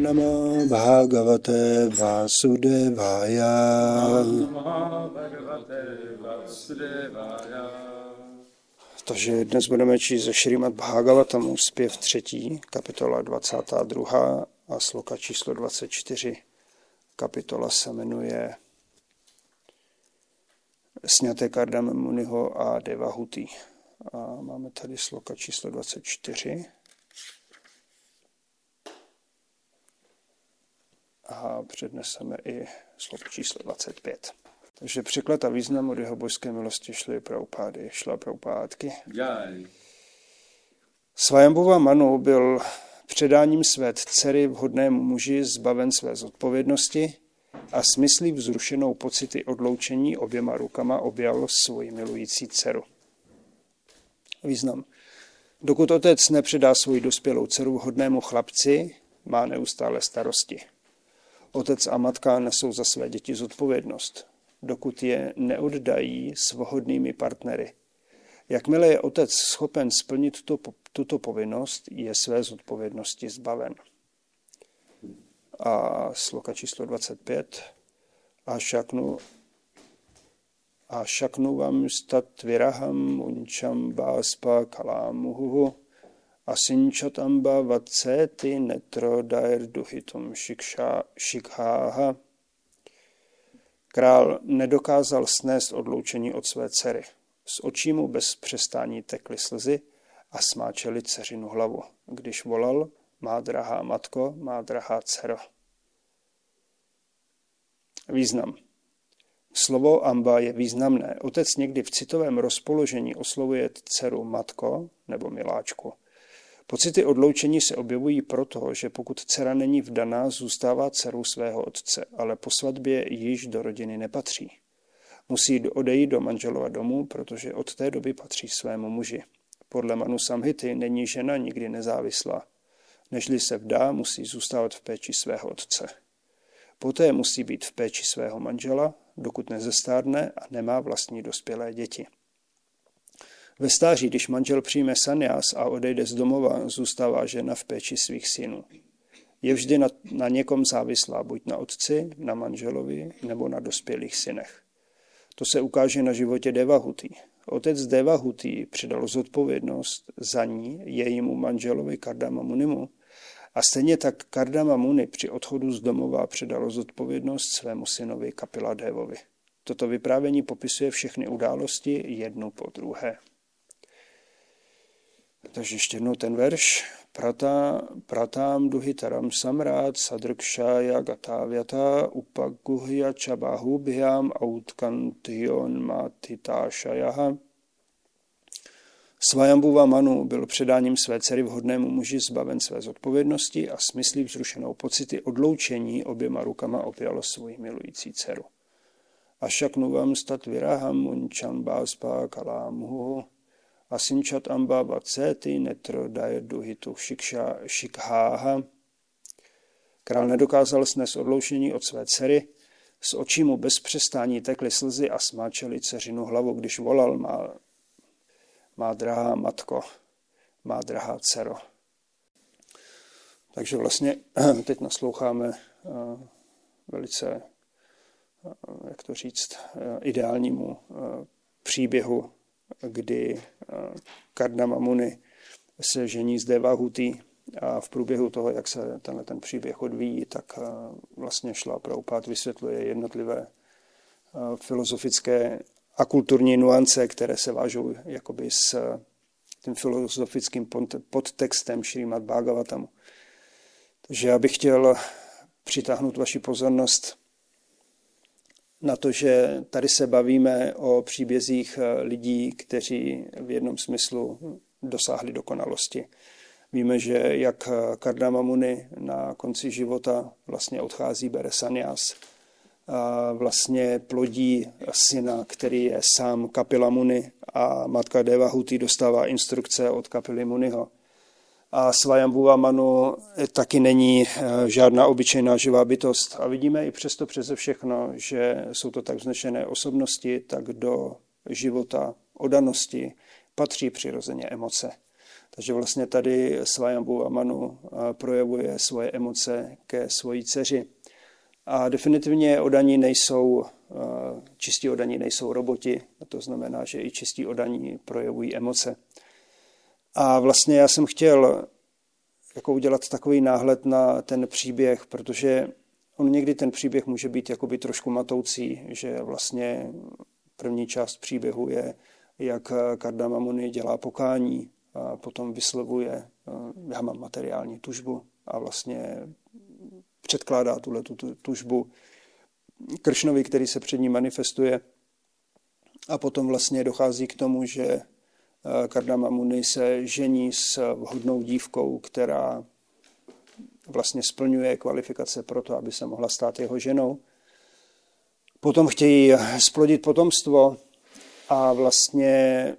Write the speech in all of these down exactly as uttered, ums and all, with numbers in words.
Namo Bhagavate Vasudevaya. Takže dnes budeme číst ze Šrímad Bhagavatamu, zpěv třetí, kapitola dvacátá druhá a sloka číslo dvacet čtyři. Kapitola se jmenuje Sňaté Kardama Muniho a Devahuti. A máme tady sloka číslo dvacet čtyři. A předneseme i slovo číslo dvacet pět. Takže překlad a význam od jeho božské milosti šly Prabhupády, šla Prabhupádky. Svayambhuva Manu byl předáním své dcery vhodnému muži zbaven své zodpovědnosti a smyslí vzrušenou pocity odloučení oběma rukama objal svoji milující dceru. Význam. Dokud otec nepředá svoji dospělou dceru vhodnému chlapci, má neustále starosti. Otec a matka nesou za své děti zodpovědnost, dokud je neoddají s vhodnými partnery. Jakmile je otec schopen splnit tuto, tuto povinnost, je své zodpovědnosti zbaven. A sloka číslo dvacet pět. A šaknu, a šaknu vám stat viraham unčam báspa kalámuhu asinčatamba vaceti netrodair duhitum šikháha. Král nedokázal snést odloučení od své dcery. Z očí mu bez přestání tekly slzy a smáčely dceřinu hlavu, když volal: má drahá matko, má drahá dcero. Význam. Slovo amba je významné. Otec někdy v citovém rozpoložení oslovuje dceru matko nebo miláčku. Pocity odloučení se objevují proto, že pokud dcera není vdaná, zůstává dcerou svého otce, ale po svatbě již do rodiny nepatří. Musí odejít do manželova domu, protože od té doby patří svému muži. Podle Manu Samhity není žena nikdy nezávislá. Nežli se vdá, musí zůstávat v péči svého otce. Poté musí být v péči svého manžela, dokud nezestárne a nemá vlastní dospělé děti. Ve stáří, když manžel přijme sanjás a odejde z domova, zůstává žena v péči svých synů. Je vždy na, na někom závislá, buď na otci, na manželovi nebo na dospělých synech. To se ukáže na životě Devahuti. Otec Devahuti předal zodpovědnost za ní jejímu manželovi Kardama Munimu a stejně tak Kardama Muni při odchodu z domova předalo zodpovědnost svému synovi Kapila Devovi. Toto vyprávění popisuje všechny události jednu po druhé. Takže ještě jednou ten verš. Prata, pratám duhitaram samrát sadrkšája gatávyata upaguhya čabahubhyam autkantyon matitášajaha. Svayambhuva Manu byl předáním své dcery vhodnému muži zbaven své zodpovědnosti a smyslí vzrušenou pocity odloučení oběma rukama objalo svoji milující dceru. Ašaknuvam stat viraham munčam báspa kalámuhu asinčat amba vaceti netrodaje duhitu šikháha. Král nedokázal snést odloučení od své dcery, z očí mu bez přestání tekly slzy a smáčely dceřinu hlavu, když volal: má, má drahá matko, má drahá dcero. Takže vlastně teď nasloucháme velice, jak to říct, ideálnímu příběhu, kdy Kardama Muni se žení s Devahuti a v průběhu toho, jak se tenhle ten příběh odvíjí, tak vlastně Šla Prabhupád vysvětluje jednotlivé filozofické a kulturní nuance, které se vážou jakoby s tím filozofickým podtextem Šrímad Bhagavatamu. Takže já bych chtěl přitáhnout vaši pozornost na to, že tady se bavíme o příbězích lidí, kteří v jednom smyslu dosáhli dokonalosti. Víme, že jak Kardama Muni na konci života vlastně odchází, bere sanjás, a vlastně plodí syna, který je sám Kapila Muni, a matka Devahuti dostává instrukce od Kapily Muniho. A Svayambhuva Manu taky není žádná obyčejná živá bytost. A vidíme i přesto přeze všechno, že jsou to tak vznešené osobnosti, tak do života oddanosti patří přirozeně emoce. Takže vlastně tady Svayambhuva Manu projevuje svoje emoce ke svojí dceři. A definitivně odaní nejsou, čistí odaní nejsou roboti, to znamená, že i čistí odaní projevují emoce. A vlastně já jsem chtěl jako udělat takový náhled na ten příběh, protože on někdy ten příběh může být jakoby trošku matoucí, že vlastně první část příběhu je, jak Kardama Muni dělá pokání a potom vyslovuje, já mám materiální tužbu a vlastně předkládá tuhle tu tužbu Kršnovi, který se před ním manifestuje. A potom vlastně dochází k tomu, že Kardama Muni se žení s vhodnou dívkou, která vlastně splňuje kvalifikace pro to, aby se mohla stát jeho ženou. Potom chtějí splodit potomstvo a vlastně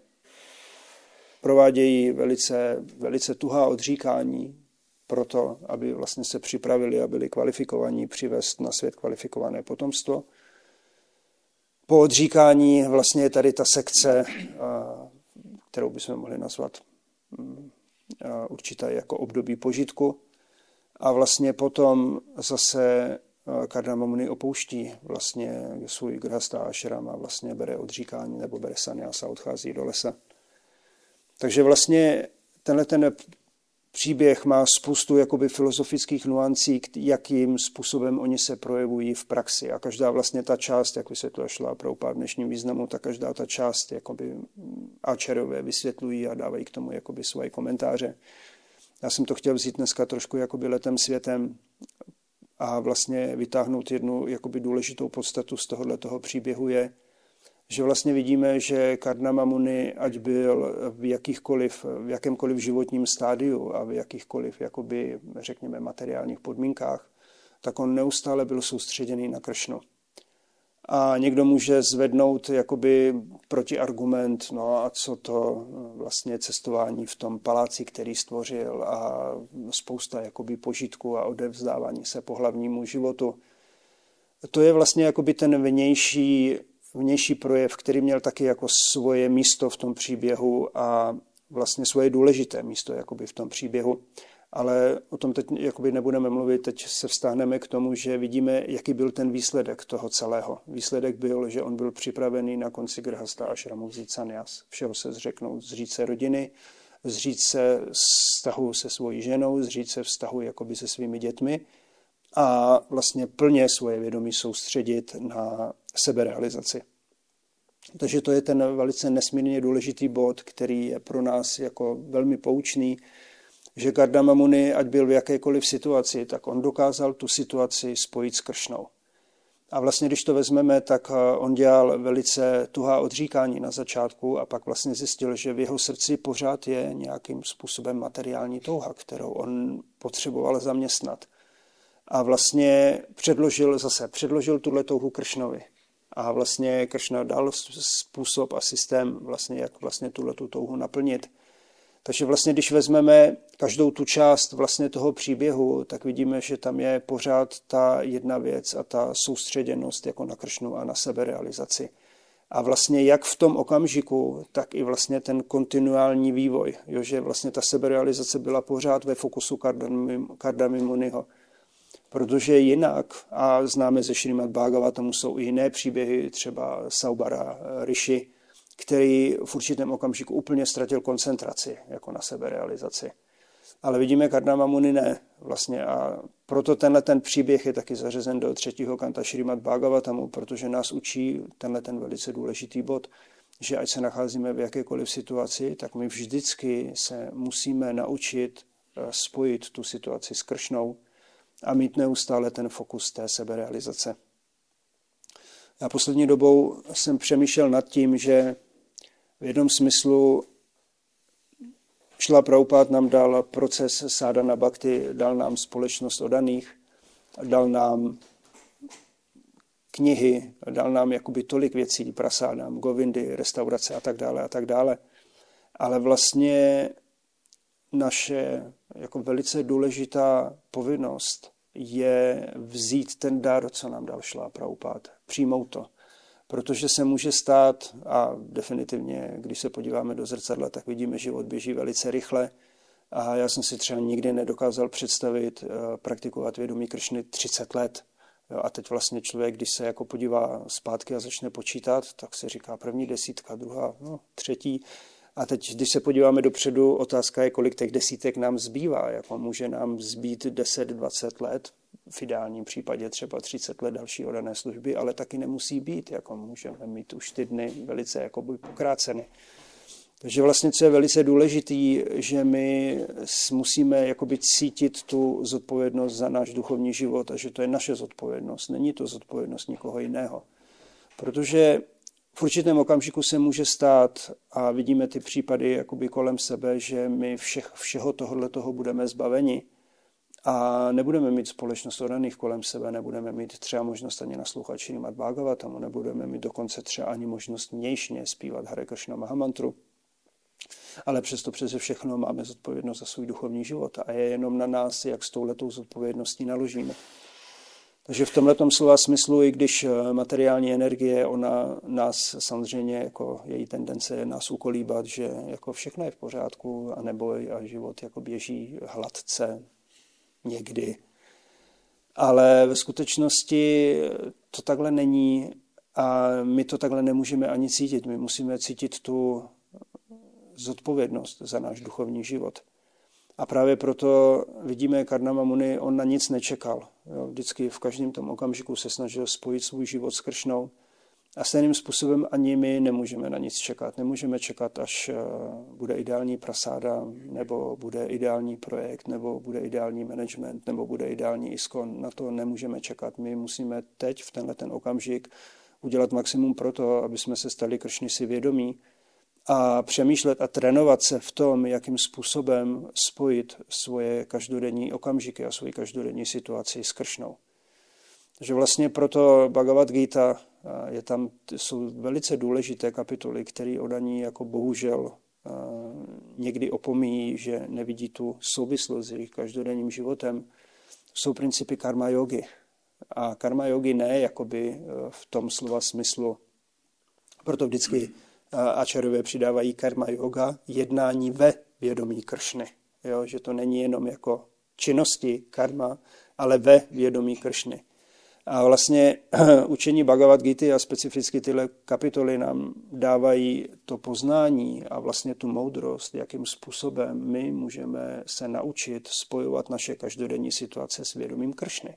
provádějí velice, velice tuhá odříkání pro to, aby vlastně se připravili a byli kvalifikovaní přivést na svět kvalifikované potomstvo. Po odříkání vlastně je tady ta sekce, kterou bychom mohli nazvat určitě jako období požitku. A vlastně potom zase Kardama Muni opouští vlastně svůj grhasta ashram a vlastně bere odříkání nebo bere sannyasa a odchází do lesa. Takže vlastně tenhle ten příběh má spoustu jakoby filozofických nuancí, jakým způsobem oni se projevují v praxi. A každá vlastně ta část, jak vysvětluje Šrila Prabhupáda v dnešním významu, tak každá ta část jakoby áčarové vysvětlují a dávají k tomu jakoby svoje komentáře. Já jsem to chtěl vzít dneska trošku jakoby letem světem a vlastně vytáhnout jednu jakoby důležitou podstatu z tohoto příběhu je, že vlastně vidíme, že Kardama Muni, ať byl v jakýchkoliv, v jakémkoliv životním stádiu a v jakýchkoliv, jakoby, řekněme, materiálních podmínkách, tak on neustále byl soustředěný na Kršnu. A někdo může zvednout jakoby protiargument, no a co to vlastně cestování v tom paláci, který stvořil a spousta jakoby požitku a odevzdávání se pohlavnímu životu. To je vlastně jakoby ten vnější vnější projev, který měl taky jako svoje místo v tom příběhu a vlastně svoje důležité místo jakoby v tom příběhu. Ale o tom teď jakoby nebudeme mluvit, teď se vztáhneme k tomu, že vidíme, jaký byl ten výsledek toho celého. Výsledek byl, že on byl připravený na konci grhasta ashramu vzít sannyas, všeho se zřeknout, zříct se rodiny, zříct se vztahu se svojí ženou, zříct se vztahu jakoby se svými dětmi a vlastně plně svoje vědomí soustředit na seberealizaci. Takže to je ten velice nesmírně důležitý bod, který je pro nás jako velmi poučný, že Kardama Muni, ať byl v jakékoliv situaci, tak on dokázal tu situaci spojit s Kršnou. A vlastně, když to vezmeme, tak on dělal velice tuhá odříkání na začátku a pak vlastně zjistil, že v jeho srdci pořád je nějakým způsobem materiální touha, kterou on potřeboval zaměstnat. A vlastně předložil zase, předložil tuhle touhu Kršnovi. A vlastně Kršna dal způsob a systém, vlastně, jak vlastně tuhletu touhu naplnit. Takže vlastně, když vezmeme každou tu část vlastně toho příběhu, tak vidíme, že tam je pořád ta jedna věc a ta soustředěnost jako na Kršnu a na seberealizaci. A vlastně jak v tom okamžiku, tak i vlastně ten kontinuální vývoj, jo, že vlastně ta seberealizace byla pořád ve fokusu Kardamy Muniho. Protože jinak, a známe ze Šrímad Bhagavatamu, jsou i jiné příběhy, třeba Saubara Rishi, který v určitém okamžiku úplně ztratil koncentraci jako na seberealizaci. Ale vidíme Kardama Muni ne. Vlastně a proto tenhle ten příběh je taky zařazen do třetího kanta Šrímad Bhagavatamu, protože nás učí tenhle ten velice důležitý bod, že ať se nacházíme v jakékoliv situaci, tak my vždycky se musíme naučit spojit tu situaci s Kršnou a mít neustále ten fokus té seberealizace. Já poslední dobou jsem přemýšlel nad tím, že v jednom smyslu Šrila Prabhupád nám dal proces sádhana bhakti, dal nám společnost oddaných, dal nám knihy, dal nám jakoby tolik věcí, prasádám, govindy, restaurace a tak dále a tak dále. Ale vlastně naše jako velice důležitá povinnost je vzít ten dar, co nám dal Šrila Prabhupád, přijmout to. Protože se může stát, a definitivně, když se podíváme do zrcadla, tak vidíme, že život běží velice rychle, A já jsem si třeba nikdy nedokázal představit praktikovat vědomí Krišny třicet let. Jo, a teď vlastně člověk, když se jako podívá zpátky a začne počítat, tak se říká první desítka, druhá, no, třetí. A teď, když se podíváme dopředu, otázka je, kolik těch desítek nám zbývá. Jako může nám zbýt deset dvacet let, v ideálním případě třeba třicet let další oddané služby, ale taky nemusí být. Jako můžeme mít už ty dny velice jakoby pokráceny. Takže vlastně, co je velice důležitý, že my musíme jakoby cítit tu zodpovědnost za náš duchovní život a že to je naše zodpovědnost, není to zodpovědnost nikoho jiného. Protože v určitém okamžiku se může stát, a vidíme ty případy jakoby kolem sebe, že my všech, všeho tohoto budeme zbaveni a nebudeme mít společnost oddaných kolem sebe, nebudeme mít třeba možnost ani naslouchat Šrímad Bhagavatamu, nebudeme mít dokonce třeba ani možnost mějšně zpívat Hare Krishna Mahamantru. Ale přesto přeze všechno máme zodpovědnost za svůj duchovní život a je jenom na nás, jak s touhletou zodpovědností naložíme. Takže v tomhletom slova smyslu, i když materiální energie, ona nás samozřejmě, jako její tendence je nás ukolíbat, že jako všechno je v pořádku a neboj a život jako běží hladce někdy. Ale ve skutečnosti to takhle není a my to takhle nemůžeme ani cítit. My musíme cítit tu zodpovědnost za náš duchovní život. A právě proto vidíme Kardama Muni, on na nic nečekal. Jo, vždycky v každém tom okamžiku se snažil spojit svůj život s Kršnou. A stejným způsobem ani my nemůžeme na nic čekat. Nemůžeme čekat, až bude ideální prasáda, nebo bude ideální projekt, nebo bude ideální management, nebo bude ideální ISKCON. Na to nemůžeme čekat. My musíme teď, v tenhle ten okamžik, udělat maximum pro to, aby jsme se stali Kršny si vědomí, a přemýšlet a trénovat se v tom, jakým způsobem spojit svoje každodenní okamžiky a svoji každodenní situaci s Kršnou. Takže vlastně proto Bhagavad Gita, je tam, jsou velice důležité kapitoly, které oddaní jako bohužel někdy opomíjí, že nevidí tu souvislost s jejich každodenním životem, jsou principy karma yogy. A karma yogy ne jakoby v tom slova smyslu, proto vždycky Ačarové přidávají karma yoga, jednání ve vědomí Kršny. Jo, že to není jenom jako činnosti karma, ale ve vědomí Kršny. A vlastně učení Bhagavad Gity a specificky tyhle kapitoly nám dávají to poznání a vlastně tu moudrost, jakým způsobem my můžeme se naučit spojovat naše každodenní situace s vědomím Kršny.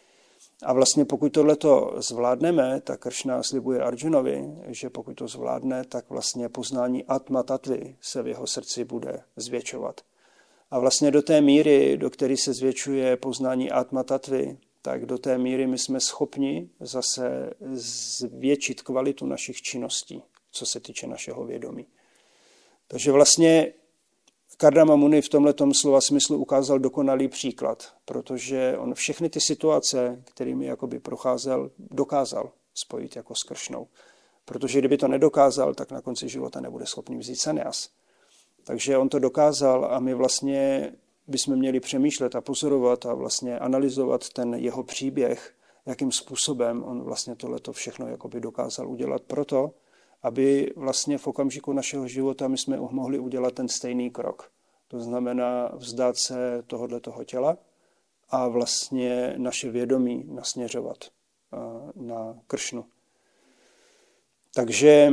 A vlastně pokud tohleto zvládneme, tak Kršna slibuje Arjunovi, že pokud to zvládne, tak vlastně poznání Atma Tatvy se v jeho srdci bude zvětšovat. A vlastně do té míry, do které se zvětšuje poznání Atma Tatvy, tak do té míry my jsme schopni zase zvětšit kvalitu našich činností, co se týče našeho vědomí. Takže vlastně Kardama Muni v tomhletom slova smyslu ukázal dokonalý příklad, protože on všechny ty situace, kterými jakoby procházel, dokázal spojit jako s Kršnou. Protože kdyby to nedokázal, tak na konci života nebude schopný vzít sannyas. Takže on to dokázal a my vlastně bychom měli přemýšlet a pozorovat a vlastně analyzovat ten jeho příběh, jakým způsobem on vlastně tohleto všechno jakoby dokázal udělat proto, aby vlastně v okamžiku našeho života my jsme mohli udělat ten stejný krok. To znamená vzdát se tohoto těla a vlastně naše vědomí nasměřovat na Kršnu. Takže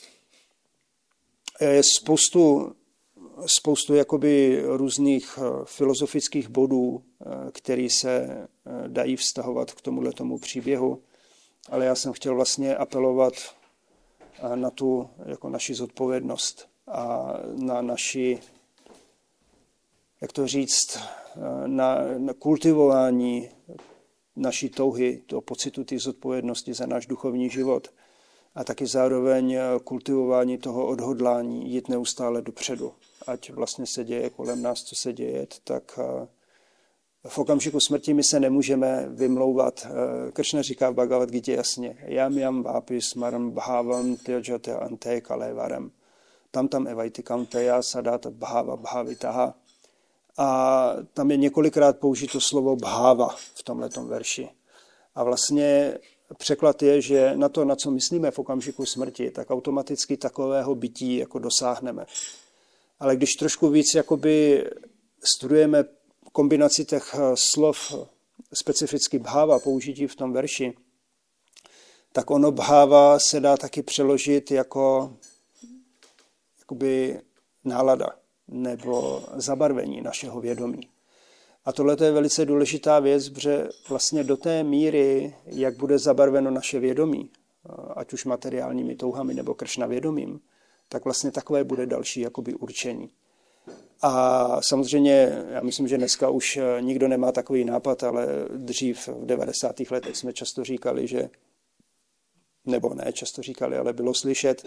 je spoustu, spoustu jakoby různých filozofických bodů, které se dají vztahovat k tomuhletomu příběhu, ale já jsem chtěl vlastně apelovat na tu jako naši zodpovědnost a na naši, jak to říct, na, na kultivování naší touhy, toho pocitu té zodpovědnosti za náš duchovní život a taky zároveň kultivování toho odhodlání jít neustále dopředu. Ať vlastně se děje kolem nás, co se děje, tak v okamžiku smrti my se nemůžeme vymlouvat. Kršna říká v Bhagavad Gita jasně, jam jam vápi smaram bhavam tyajate ante kalevaram. Tam tam evaiti kaunteya sadat bhava bhavitaha. A tam je několikrát použito slovo bhava v tomhletom verši. A vlastně překlad je, že na to, na co myslíme v okamžiku smrti, tak automaticky takového bytí jako dosáhneme. Ale když trošku víc jakoby studujeme kombinaci těch slov, specificky bháva, použití v tom verši, tak ono bháva se dá taky přeložit jako jakoby nálada nebo zabarvení našeho vědomí. A tohle je velice důležitá věc, protože vlastně do té míry, jak bude zabarveno naše vědomí, ať už materiálními touhami nebo Kršna vědomím, tak vlastně takové bude další jakoby určení. A samozřejmě, já myslím, že dneska už nikdo nemá takový nápad, ale dřív v devadesátých letech jsme často říkali, že, nebo ne často říkali, ale bylo slyšet,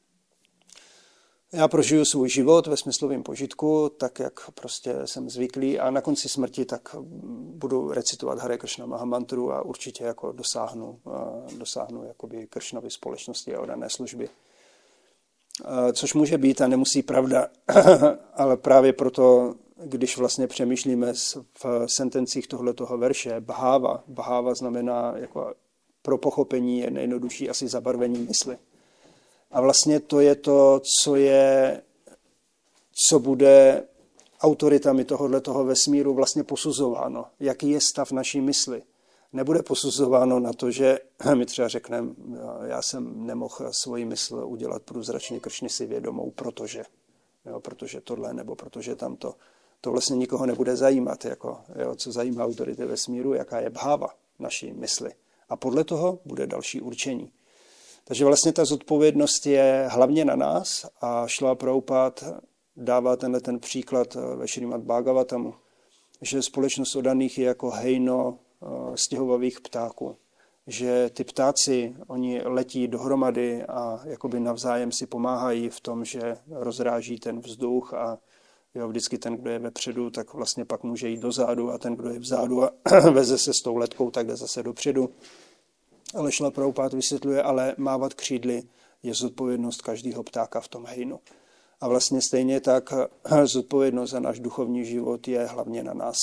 já prožiju svůj život ve smyslovém požitku, tak jak prostě jsem zvyklý a na konci smrti tak budu recitovat Hare Kršna Mahamantru a určitě jako dosáhnu, dosáhnu jakoby Kršnovy společnosti a oddané služby. Což může být a nemusí pravda, ale právě proto, když vlastně přemýšlíme v sentencích tohletoho verše, bháva, bháva znamená jako pro pochopení je nejjednodušší asi zabarvení mysli. A vlastně to je to, co je, co bude autoritami tohoto vesmíru vlastně posuzováno. Jaký je stav naší mysli. Nebude posuzováno na to, že my třeba řekneme, já jsem nemohl svoji mysl udělat průzračně Kršny si vědomou, protože, jo, protože tohle nebo protože tamto. To vlastně nikoho nebude zajímat, jako, jo, co zajímá autority vesmíru, jaká je bháva naší mysli. A podle toho bude další určení. Takže vlastně ta zodpovědnost je hlavně na nás a Šrila Prabhupáda dává tenhle ten příklad ve Šrímad Bhagavatamu, že společnost oddaných je jako hejno stěhovavých ptáků. Že ty ptáci, oni letí dohromady a jakoby navzájem si pomáhají v tom, že rozráží ten vzduch a jo, vždycky ten, kdo je vepředu, tak vlastně pak může jít dozadu a ten, kdo je vzadu a veze se s tou letkou, tak jde zase dopředu. Ale Šrila Prabhupáda vysvětluje, ale mávat křídly je zodpovědnost každého ptáka v tom hejnu. A vlastně stejně tak zodpovědnost za náš duchovní život je hlavně na nás.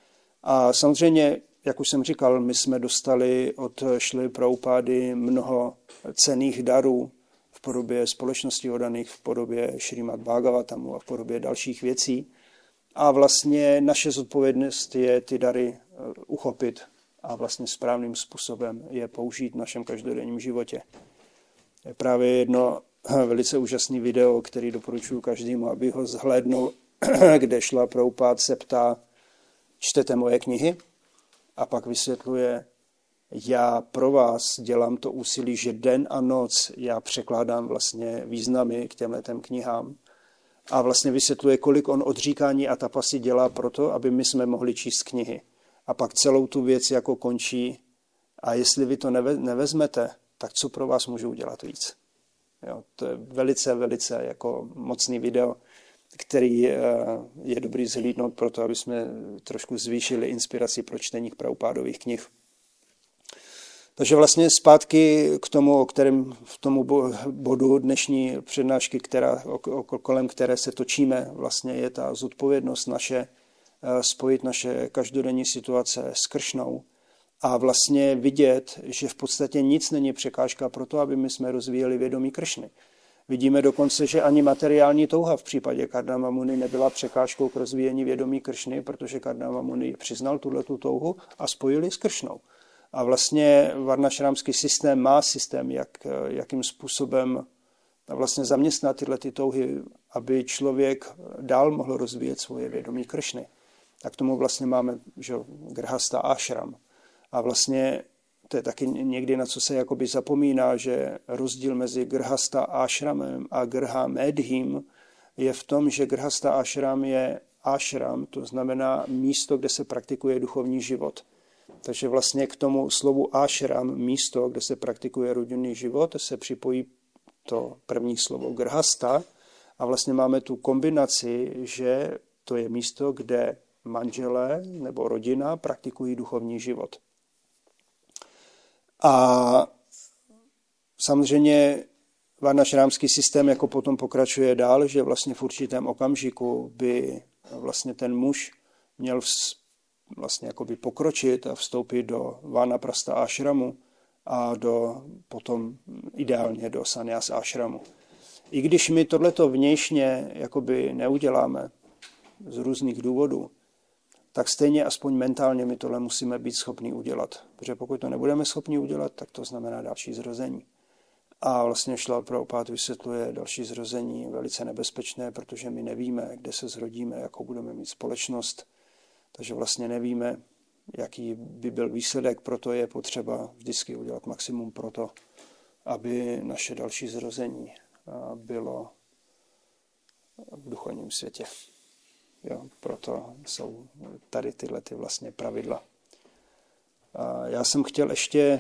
A samozřejmě, jak už jsem říkal, my jsme dostali od Šrily Prabhupády mnoho cenných darů v podobě společnosti oddaných, v podobě Šrímad Bhagavatamu a v podobě dalších věcí. A vlastně naše zodpovědnost je ty dary uchopit a vlastně správným způsobem je použít v našem každodenním životě. Je právě jedno velice úžasný video, který doporučuji každému, aby ho zhlédnul, kde Šrila Prabhupáda se ptá, čtete moje knihy? A pak vysvětluje, já pro vás dělám to úsilí, že den a noc já překládám vlastně významy k těmhletem knihám. A vlastně vysvětluje, kolik on odříkání a tapasy dělá proto, aby my jsme mohli číst knihy. A pak celou tu věc jako končí. A jestli vy to neve, nevezmete, tak co pro vás můžu udělat víc? Jo, to je velice, velice jako mocný video, který je dobrý zhlídnout pro to, aby jsme trošku zvýšili inspiraci pro čtení Prabhupádových knih. Takže vlastně zpátky k tomu, o kterém v tomu bodu dnešní přednášky, která, kolem které se točíme, vlastně je ta zodpovědnost naše, spojit naše každodenní situace s Kršnou a vlastně vidět, že v podstatě nic není překážka pro to, aby my jsme rozvíjeli vědomí Kršny. Vidíme dokonce, že ani materiální touha v případě Kardama Muni nebyla překážkou k rozvíjení vědomí Kršny, protože Kardama Muni přiznal tuhletu touhu a spojili s Kršnou. A vlastně varnašrámský systém má systém, jak, jakým způsobem vlastně zaměstnat tyhle ty touhy, aby člověk dál mohl rozvíjet svoje vědomí Kršny. A k tomu vlastně máme že, grhasta ashram. A vlastně to je taky někdy, na co se jakoby zapomíná, že rozdíl mezi grhasta ashramem a grha medhim je v tom, že grhasta ashram je ashram, to znamená místo, kde se praktikuje duchovní život. Takže vlastně k tomu slovu ashram, místo, kde se praktikuje rodinný život, se připojí to první slovo grhasta a vlastně máme tu kombinaci, že to je místo, kde manželé nebo rodina praktikují duchovní život. A samozřejmě varnašrámský systém jako potom pokračuje dál, že vlastně v určitém okamžiku by vlastně ten muž měl vlastně jakoby pokročit a vstoupit do vanaprasta ashramu a do, potom ideálně do sannyas ashramu. I když my tohleto vnějšně jakoby neuděláme, z různých důvodů, tak stejně aspoň mentálně my tohle musíme být schopni udělat. Protože pokud to nebudeme schopni udělat, tak to znamená další zrození. A vlastně Šrila Prabhupád vysvětluje další zrození velice nebezpečné, protože my nevíme, kde se zrodíme, jakou budeme mít společnost. Takže vlastně nevíme, jaký by byl výsledek, proto je potřeba vždycky udělat maximum pro to, aby naše další zrození bylo v duchovním světě. Jo, proto jsou tady tyhle ty vlastně pravidla. A já jsem chtěl ještě,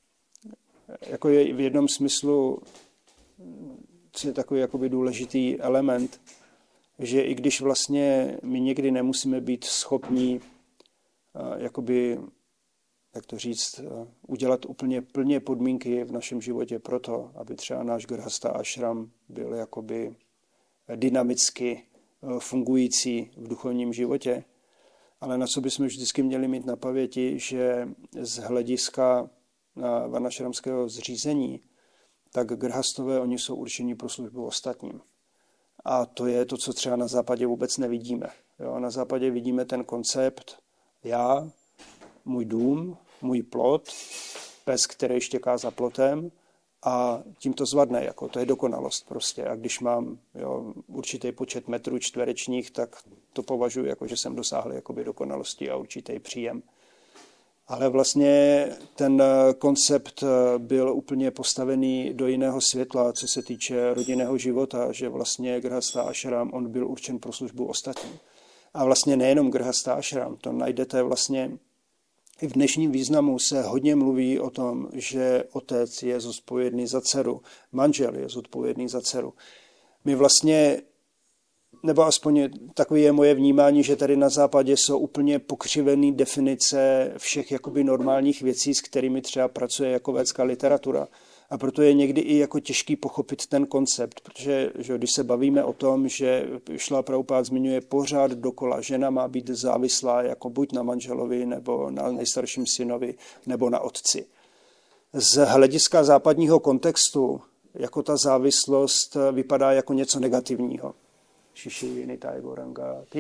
jako je v jednom smyslu, co je takový jakoby důležitý element, že i když vlastně my někdy nemusíme být schopní jakoby, jak to říct, udělat úplně plně podmínky v našem životě pro to, aby třeba náš grhasta ashram byl jakoby dynamicky fungující v duchovním životě, ale na co bychom vždycky měli mít na paměti, že z hlediska varnašramského zřízení, tak grhastové, oni jsou určení pro službu ostatním. A to je to, co třeba na západě vůbec nevidíme. Jo, na západě vidíme ten koncept já, můj dům, můj plot, pes, který štěká za plotem a tím to zvadne, jako to je dokonalost prostě. A když mám jo, určitý počet metrů čtverečních, tak to považuji jako, že jsem dosáhl jakoby dokonalosti a určitý příjem. Ale vlastně ten koncept byl úplně postavený do jiného světla, co se týče rodinného života, že vlastně grhasta ashram, on byl určen pro službu ostatním. A vlastně nejenom grhasta ashram, to najdete vlastně i v dnešním významu se hodně mluví o tom, že otec je zodpovědný za dceru, manžel je zodpovědný za dceru. My vlastně, nebo aspoň takové je moje vnímání, že tady na západě jsou úplně pokřivené definice všech jakoby normálních věcí, s kterými třeba pracuje jako védská literatura. A proto je někdy i jako těžký pochopit ten koncept, protože že když se bavíme o tom, že Šrila Prabhupád zmiňuje pořád dokola, žena má být závislá jako buď na manželovi, nebo na nejstarším synovi, nebo na otci. Z hlediska západního kontextu jako ta závislost vypadá jako něco negativního. Šiši nitai goranga ty.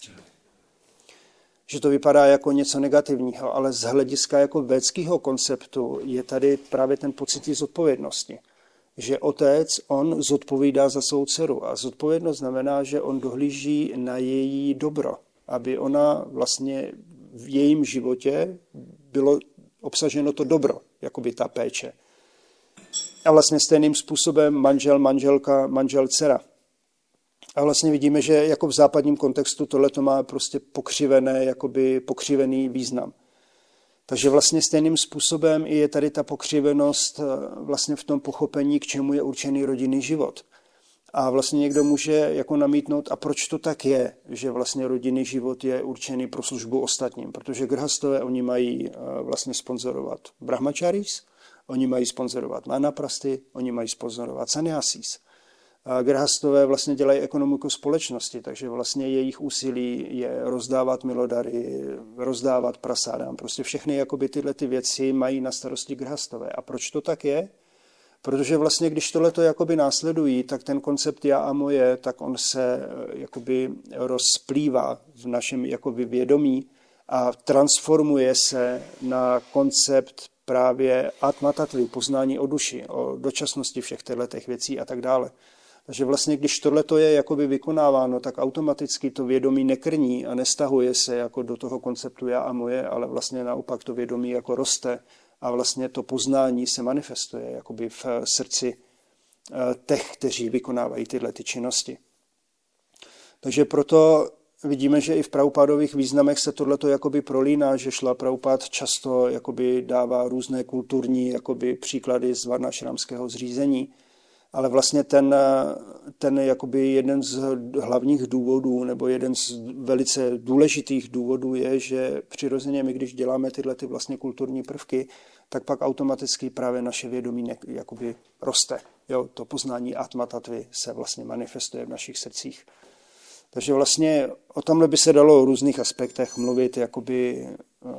Že to vypadá jako něco negativního, ale z hlediska jako védského konceptu je tady právě ten pocit zodpovědnosti. Že otec, on zodpovídá za svou dceru a zodpovědnost znamená, že on dohlíží na její dobro, aby ona vlastně v jejím životě bylo obsaženo to dobro, jakoby ta péče. A vlastně stejným způsobem manžel, manželka, manžel, dcera. A vlastně vidíme, že jako v západním kontextu tohleto má prostě pokřivené, jakoby pokřivený význam. Takže vlastně stejným způsobem je tady ta pokřivenost vlastně v tom pochopení, k čemu je určený rodinný život. A vlastně někdo může jako namítnout, a proč to tak je, že vlastně rodinný život je určený pro službu ostatním. Protože grhastové, oni mají vlastně sponzorovat brahmacharis, oni mají sponzorovat manaprasty, oni mají sponzorovat sannyasis. Grhastové vlastně dělají ekonomiku společnosti, takže vlastně jejich úsilí je rozdávat milodary, rozdávat prasádám. Prostě všechny jakoby tyhle ty věci mají na starosti grhastové. A proč to tak je? Protože vlastně, když tohleto jakoby následují, tak ten koncept já a moje, tak on se jakoby rozplývá v našem jakoby vědomí a transformuje se na koncept právě atmatatvi, poznání o duši, o dočasnosti všech těchto věcí a tak dále. Takže vlastně, když tohleto je jakoby vykonáváno, tak automaticky to vědomí nekrní a nestahuje se jako do toho konceptu já a moje, ale vlastně naopak to vědomí jako roste a vlastně to poznání se manifestuje jakoby v srdci těch, kteří vykonávají tyhle ty činnosti. Takže proto vidíme, že i v Prabhupádových významech se tohleto jakoby prolíná, že Šrila Prabhupád často jakoby dává různé kulturní jakoby příklady z varnašramského zřízení. Ale vlastně ten, ten jakoby jeden z hlavních důvodů nebo jeden z velice důležitých důvodů je, že přirozeně my, když děláme tyhle ty vlastně kulturní prvky, tak pak automaticky právě naše vědomí ne, jakoby roste. Jo, to poznání atmatatvy se vlastně manifestuje v našich srdcích. Takže vlastně o tomhle by se dalo o různých aspektech mluvit, jakoby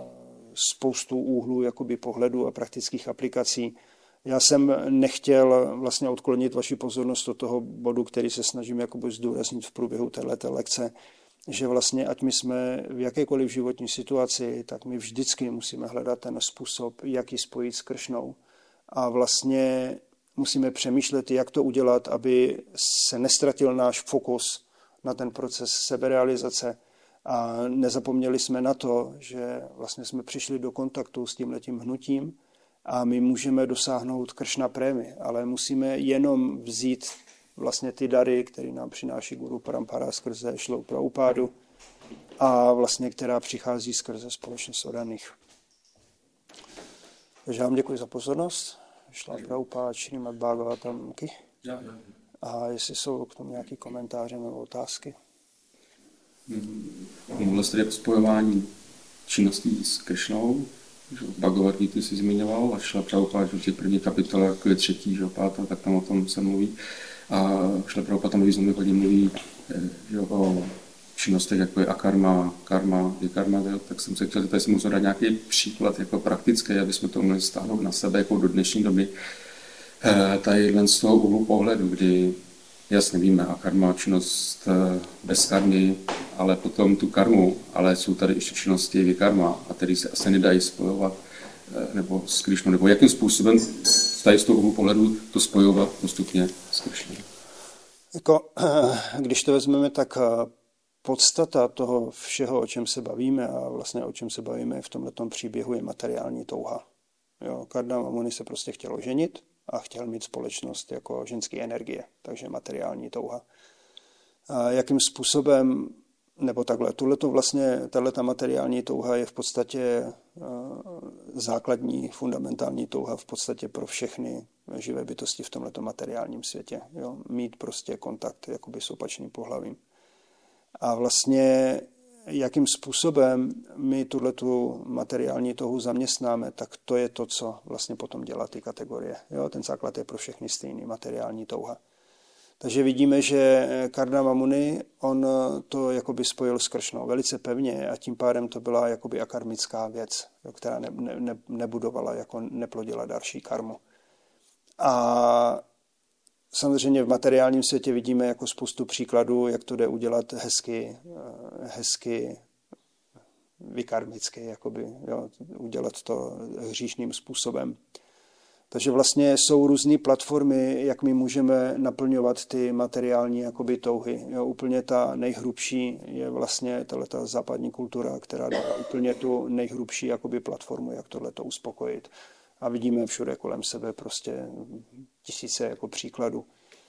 spoustu úhlů jakoby pohledu a praktických aplikací. Já jsem nechtěl vlastně odklonit vaši pozornost od toho bodu, který se snažím jakoby zdůraznit v průběhu téhleté lekce, že vlastně ať my jsme v jakékoliv životní situaci, tak my vždycky musíme hledat ten způsob, jak ji spojit s Kršnou. A vlastně musíme přemýšlet, jak to udělat, aby se nestratil náš fokus na ten proces seberealizace a nezapomněli jsme na to, že vlastně jsme přišli do kontaktu s tímhletím hnutím a my můžeme dosáhnout Kršna prémy, ale musíme jenom vzít vlastně ty dary, které nám přináší Guru Parampara skrze Šrilu Prabhupádu a vlastně která přichází skrze společnost oddaných. Takže vám děkuji za pozornost. Šrila Prabhupáda Šrímad Bhagavatam. A jestli jsou k tomu nějaké komentáře nebo otázky. Mluvil jste o spojování činností s Kršnou, že Bhagavad Gita si zmiňoval a Šrila Prabhupáda, že v těch první kapitole, jako je třetí, že pátá, tak tam o tom se mluví. A Šrila Prabhupáda tam významně hodně mluví že o činnostech, jako je akarma, karma, vikarma, tak jsem se chtěl, že tady si musel dát nějaký příklad jako praktický, aby jsme to mohli stáhnout na sebe jako do dnešní doby. Tady jen z toho úhlu pohledu, kdy jasně víme, a karma, činnost bez karmy, ale potom tu karmu, ale jsou tady ještě činnosti vikarma, a tedy se asi nedají spojovat nebo s Krišnou, nebo jakým způsobem tady z toho úhlu pohledu to spojovat postupně s Krišnou. Jako, když to vezmeme, tak podstata toho všeho, o čem se bavíme a vlastně o čem se bavíme v tomhletom příběhu je materiální touha. Jo, Kardama Muni se prostě chtěl oženit a chtěl mít společnost jako ženské energie, takže materiální touha. A jakým způsobem, nebo takhle, tuhleto vlastně, tato materiální touha je v podstatě základní, fundamentální touha v podstatě pro všechny živé bytosti v tomhleto materiálním světě. Jo, mít prostě kontakt jakoby s opačným pohlavím. A vlastně jakým způsobem my tuhletu materiální touhu zaměstnáme, tak to je to, co vlastně potom dělá ty kategorie. Jo, ten základ je pro všechny stejný, materiální touha. Takže vidíme, že Kardama Muni, on to jakoby spojil s Kršnou velice pevně a tím pádem to byla jakoby akarmická věc, která ne, ne, nebudovala, jako neplodila další karmu. A samozřejmě v materiálním světě vidíme jako spoustu příkladů, jak to jde udělat hezky, hezky vykarmicky, jakoby, jo, udělat to hříšným způsobem. Takže vlastně jsou různé platformy, jak my můžeme naplňovat ty materiální jakoby touhy. Jo, úplně ta nejhrubší je vlastně tato západní kultura, která dá úplně tu nejhrubší jakoby platformu, jak tohleto uspokojit. A vidíme všude kolem sebe prostě tisíce jako příkladů.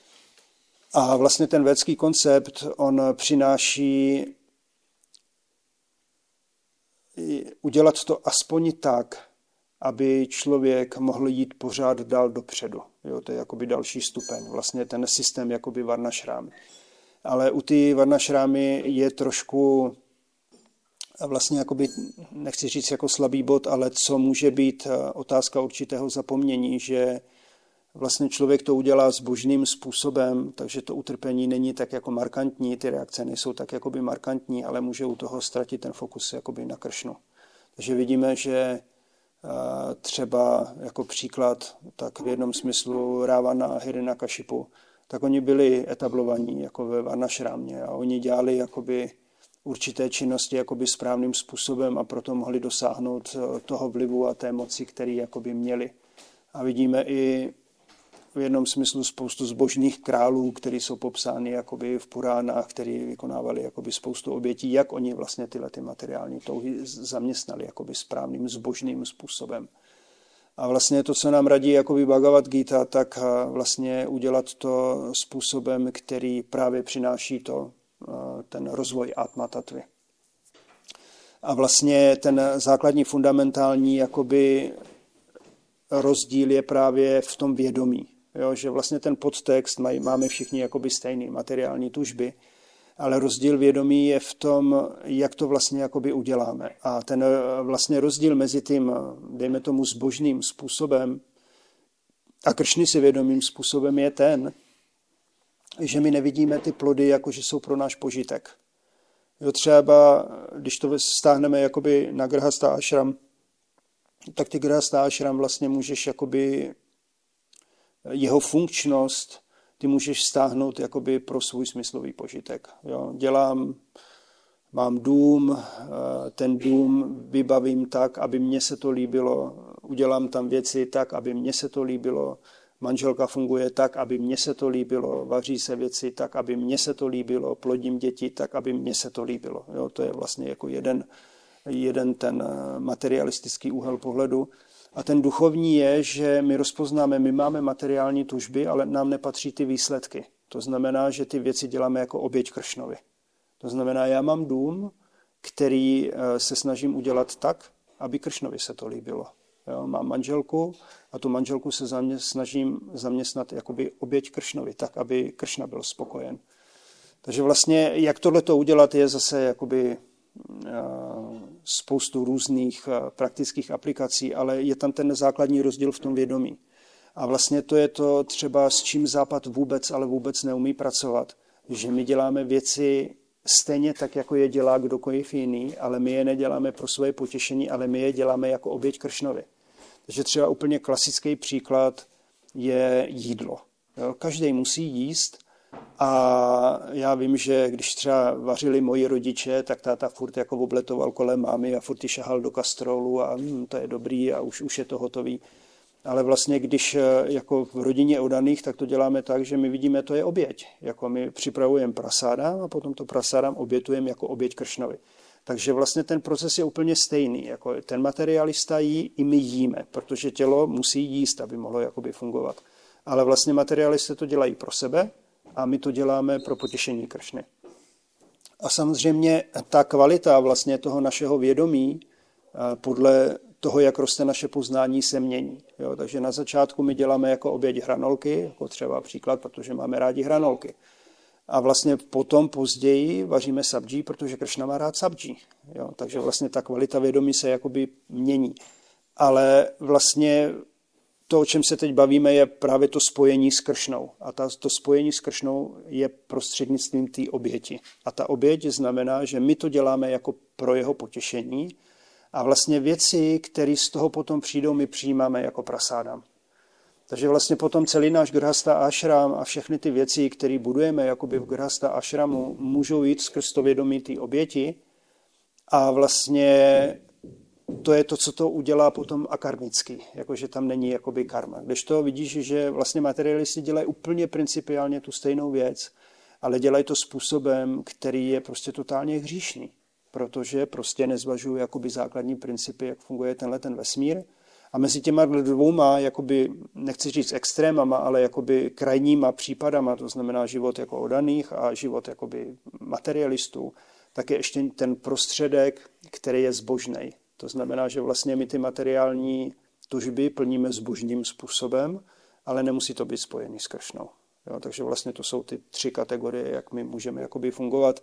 A vlastně ten védský koncept, on přináší udělat to aspoň tak, aby člověk mohl jít pořád dál dopředu. Jo, to je jakoby další stupeň, vlastně ten systém jakoby varnašrámy. Ale u ty varnašrámy je trošku vlastně jakoby, nechci říct jako slabý bod, ale co může být otázka určitého zapomnění, že vlastně člověk to udělá zbožným způsobem, takže to utrpení není tak jako markantní, ty reakce nejsou tak jakoby markantní, ale může u toho ztratit ten fokus jakoby na Kršnu. Takže vidíme, že třeba jako příklad, tak v jednom smyslu Rávana a Hiranyakashipu, tak oni byli etablovaní jako ve varnašrámě a oni dělali jakoby určité činnosti jakoby správným způsobem a proto mohli dosáhnout toho vlivu a té moci, který jakoby měli. A vidíme i v jednom smyslu spoustu zbožných králů, kteří jsou popsány jakoby v Puránách, kteří vykonávali jakoby spoustu obětí, jak oni vlastně tyhle ty materiální touhy zaměstnali jakoby správným zbožným způsobem. A vlastně to, co nám radí jakoby Bhagavad Gita, tak vlastně udělat to způsobem, který právě přináší to, ten rozvoj Atma tatvy. A vlastně ten základní fundamentální jakoby rozdíl je právě v tom vědomí. Jo, že vlastně ten podtext mají, máme všichni jakoby stejný materiální tužby, ale rozdíl vědomí je v tom, jak to vlastně jakoby uděláme. A ten vlastně rozdíl mezi tím, dejme tomu zbožným způsobem a Kršny si vědomým způsobem je ten, že my nevidíme ty plody, jako že jsou pro náš požitek. Jo, třeba, když to stáhneme jakoby na Grhasta Ashram, tak ty Grhasta Ashram vlastně můžeš jakoby jeho funkčnost ty můžeš stáhnout jakoby pro svůj smyslový požitek. Jo, dělám mám dům, ten dům vybavím tak, aby mně se to líbilo, udělám tam věci tak, aby mně se to líbilo, manželka funguje tak, aby mně se to líbilo, vaří se věci tak, aby mně se to líbilo, plodím děti tak, aby mně se to líbilo. Jo, to je vlastně jako jeden, jeden ten materialistický úhel pohledu. A ten duchovní je, že my rozpoznáme, my máme materiální tužby, ale nám nepatří ty výsledky. To znamená, že ty věci děláme jako oběť Kršnovi. To znamená, já mám dům, který se snažím udělat tak, aby Kršnovi se to líbilo. Jo, mám manželku a tu manželku se zamě, snažím zaměstnat jakoby oběť Kršnovi, tak, aby Kršna byl spokojen. Takže vlastně, jak tohleto udělat, je zase jakoby spoustu různých praktických aplikací, ale je tam ten základní rozdíl v tom vědomí. A vlastně to je to třeba, s čím Západ vůbec, ale vůbec neumí pracovat, že my děláme věci stejně tak, jako je dělá kdokoliv jiný, ale my je neděláme pro svoje potěšení, ale my je děláme jako oběť Kršnovi. Takže třeba úplně klasický příklad je jídlo. Jo, každý musí jíst a já vím, že když třeba vařili moji rodiče, tak táta furt jako obletoval kolem mámy a furt ji šahal do kastrolu a hm, to je dobrý a už, už je to hotový. Ale vlastně, když jako v rodině oddaných, tak to děláme tak, že my vidíme, to je oběť. Jako my připravujeme prasádám a potom to prasádám obětujeme jako oběť Kršnovi. Takže vlastně ten proces je úplně stejný. Jako ten materialista jí, i my jíme, protože tělo musí jíst, aby mohlo jakoby fungovat. Ale vlastně materialisté to dělají pro sebe a my to děláme pro potěšení Kršny. A samozřejmě ta kvalita vlastně toho našeho vědomí podle toho, jak roste naše poznání, se mění. Jo, takže na začátku my děláme jako oběť hranolky, jako třeba příklad, protože máme rádi hranolky. A vlastně potom později vaříme sabdží, protože Kršna má rád sabdží. Jo, takže vlastně ta kvalita vědomí se jakoby mění. Ale vlastně to, o čem se teď bavíme, je právě to spojení s Kršnou. A ta, to spojení s Kršnou je prostřednictvím té oběti. A ta oběť znamená, že my to děláme jako pro jeho potěšení a vlastně věci, které z toho potom přijdou, my přijímáme jako prasádam. Takže vlastně potom celý náš grhasta ashram a všechny ty věci, které budujeme jakoby v grhasta ashramu, můžou jít skrz to vědomí té oběti a vlastně to je to, co to udělá potom akarmický, jakože tam není jakoby karma. Když to vidíš, že vlastně materialisti dělají úplně principiálně tu stejnou věc, ale dělají to způsobem, který je prostě totálně hříšný, protože prostě nezvažují jakoby základní principy, jak funguje tenhle ten vesmír. A mezi těma dvouma, jakoby, nechci říct extrémama, ale jakoby krajníma případama, to znamená život jako oddaných a život jakoby materialistů, tak je ještě ten prostředek, který je zbožnej. To znamená, že vlastně my ty materiální tužby plníme zbožným způsobem, ale nemusí to být spojený s Kršnou. Jo, takže vlastně to jsou ty tři kategorie, jak my můžeme jakoby fungovat.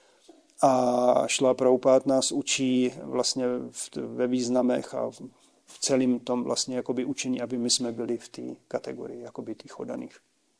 A Šrila Prabhupád nás učí vlastně ve významech a v celém tom vlastně jakoby učení, aby my jsme byli v té kategorii jakoby těch oddaných.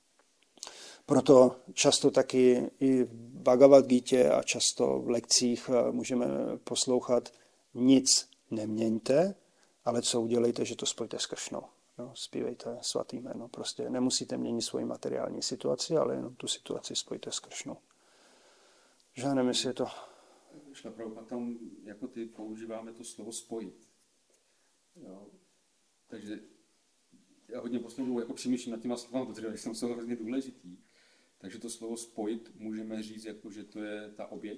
Proto často taky i v Bhagavad Gítě a často v lekcích můžeme poslouchat: nic neměňte, ale co udělejte, že to spojte s Kršnou. No, zpívejte svatý jméno. Prostě nemusíte měnit svoji materiální situaci, ale jenom tu situaci spojte s Kršnou. Že nevím, jestli je to... Šla Prabhupád, tam jako ty používáme to slovo spojit. Jo. Takže já hodně poslednou jako přemýšlím nad těma slovama, protože jsem jsou hrozně důležitý. Takže to slovo spojit můžeme říct, jako, že to je ta oběť.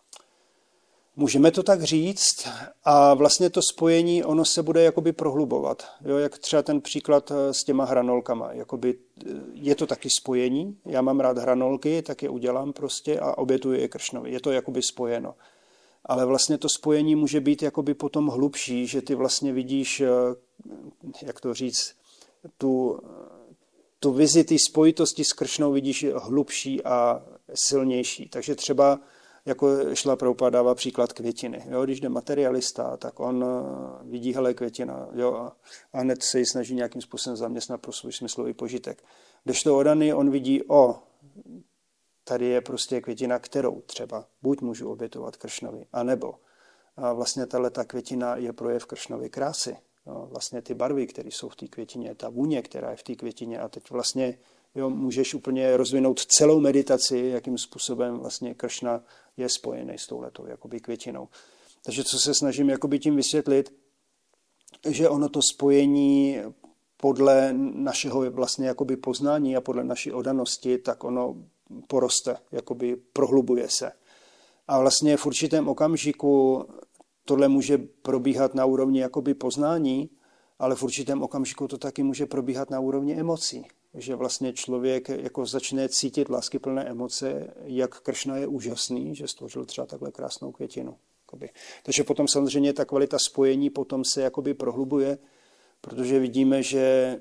Můžeme to tak říct a vlastně to spojení, ono se bude jakoby prohlubovat. Jo, jak třeba ten příklad s těma hranolkama. Jakoby je to taky spojení. Já mám rád hranolky, tak je udělám prostě a obětuji je Kršnovi. Je to jakoby spojeno. Ale vlastně to spojení může být jakoby potom hlubší, že ty vlastně vidíš, jak to říct, tu, tu vizi té spojitosti s Kršnou vidíš hlubší a silnější. Takže třeba jako Šrila Prabhupád dává příklad květiny. Jo, když jde materialista, tak on vidí, hele, květina, jo, a, a hned se ji snaží nějakým způsobem zaměstnat pro svůj smyslový požitek. Když to oddaný, on vidí, o, tady je prostě květina, kterou třeba buď můžu obětovat Kršnovi, anebo a vlastně tato květina je projev Kršnovy krásy. Jo, vlastně ty barvy, které jsou v té květině, ta vůně, která je v té květině, a teď vlastně Jo, můžeš úplně rozvinout celou meditaci, jakým způsobem vlastně Kršna je spojený s touhletou jakoby květinou. Takže co se snažím jakoby tím vysvětlit, že ono to spojení podle našeho vlastně jakoby poznání a podle naší oddanosti, tak ono poroste, jakoby prohlubuje se. A vlastně v určitém okamžiku tohle může probíhat na úrovni jakoby poznání, ale v určitém okamžiku to taky může probíhat na úrovni emocí. Že vlastně člověk jako začne cítit láskyplné emoce, jak Kršna je úžasný, že stvořil třeba takhle krásnou květinu. Jakoby. Takže potom samozřejmě ta kvalita spojení potom se jakoby prohlubuje, protože vidíme, že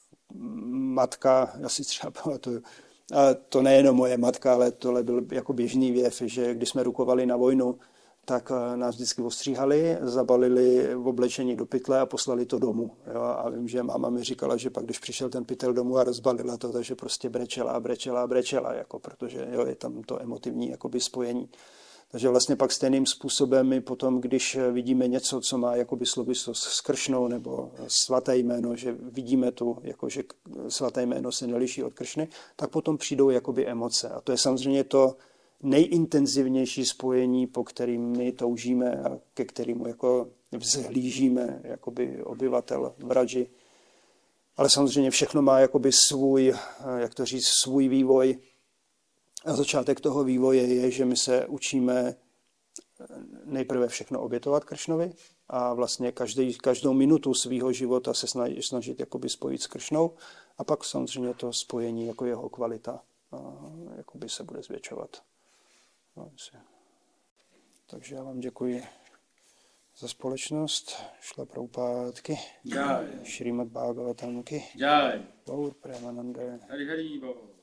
matka, já si třeba pamatuju, a to nejenom moje matka, ale tohle byl jako běžný věv, že když jsme rukovali na vojnu, tak nás vždycky ostříhali, zabalili v oblečení do pytle a poslali to domů. Jo? A vím, že máma mi říkala, že pak, když přišel ten pytel domů a rozbalila to, takže prostě brečela a brečela a brečela, jako, protože jo, je tam to emotivní jakoby spojení. Takže vlastně pak stejným způsobem my potom, když vidíme něco, co má jakoby souvislost s Kršnou nebo svaté jméno, že vidíme tu, jako, že svaté jméno se neliší od Kršny, tak potom přijdou jakoby emoce. A to je samozřejmě to nejintenzivnější spojení, po kterým my toužíme a ke kterému jako vzhlížíme jakoby obyvatel Vraji. Ale samozřejmě všechno má jakoby svůj, jak to říct, svůj vývoj. A začátek toho vývoje je, že my se učíme nejprve všechno obětovat Kršnovi a vlastně každý, každou minutu svého života se snažit, snažit jakoby spojit s Kršnou a pak samozřejmě to spojení jako jeho kvalita jakoby se bude zvětšovat. No, takže já vám děkuji za společnost. Šla Prabhupádky. Jai. Šrímad Bhagavatamky. Jai. Gaur Premanande. Hari Hari Bol.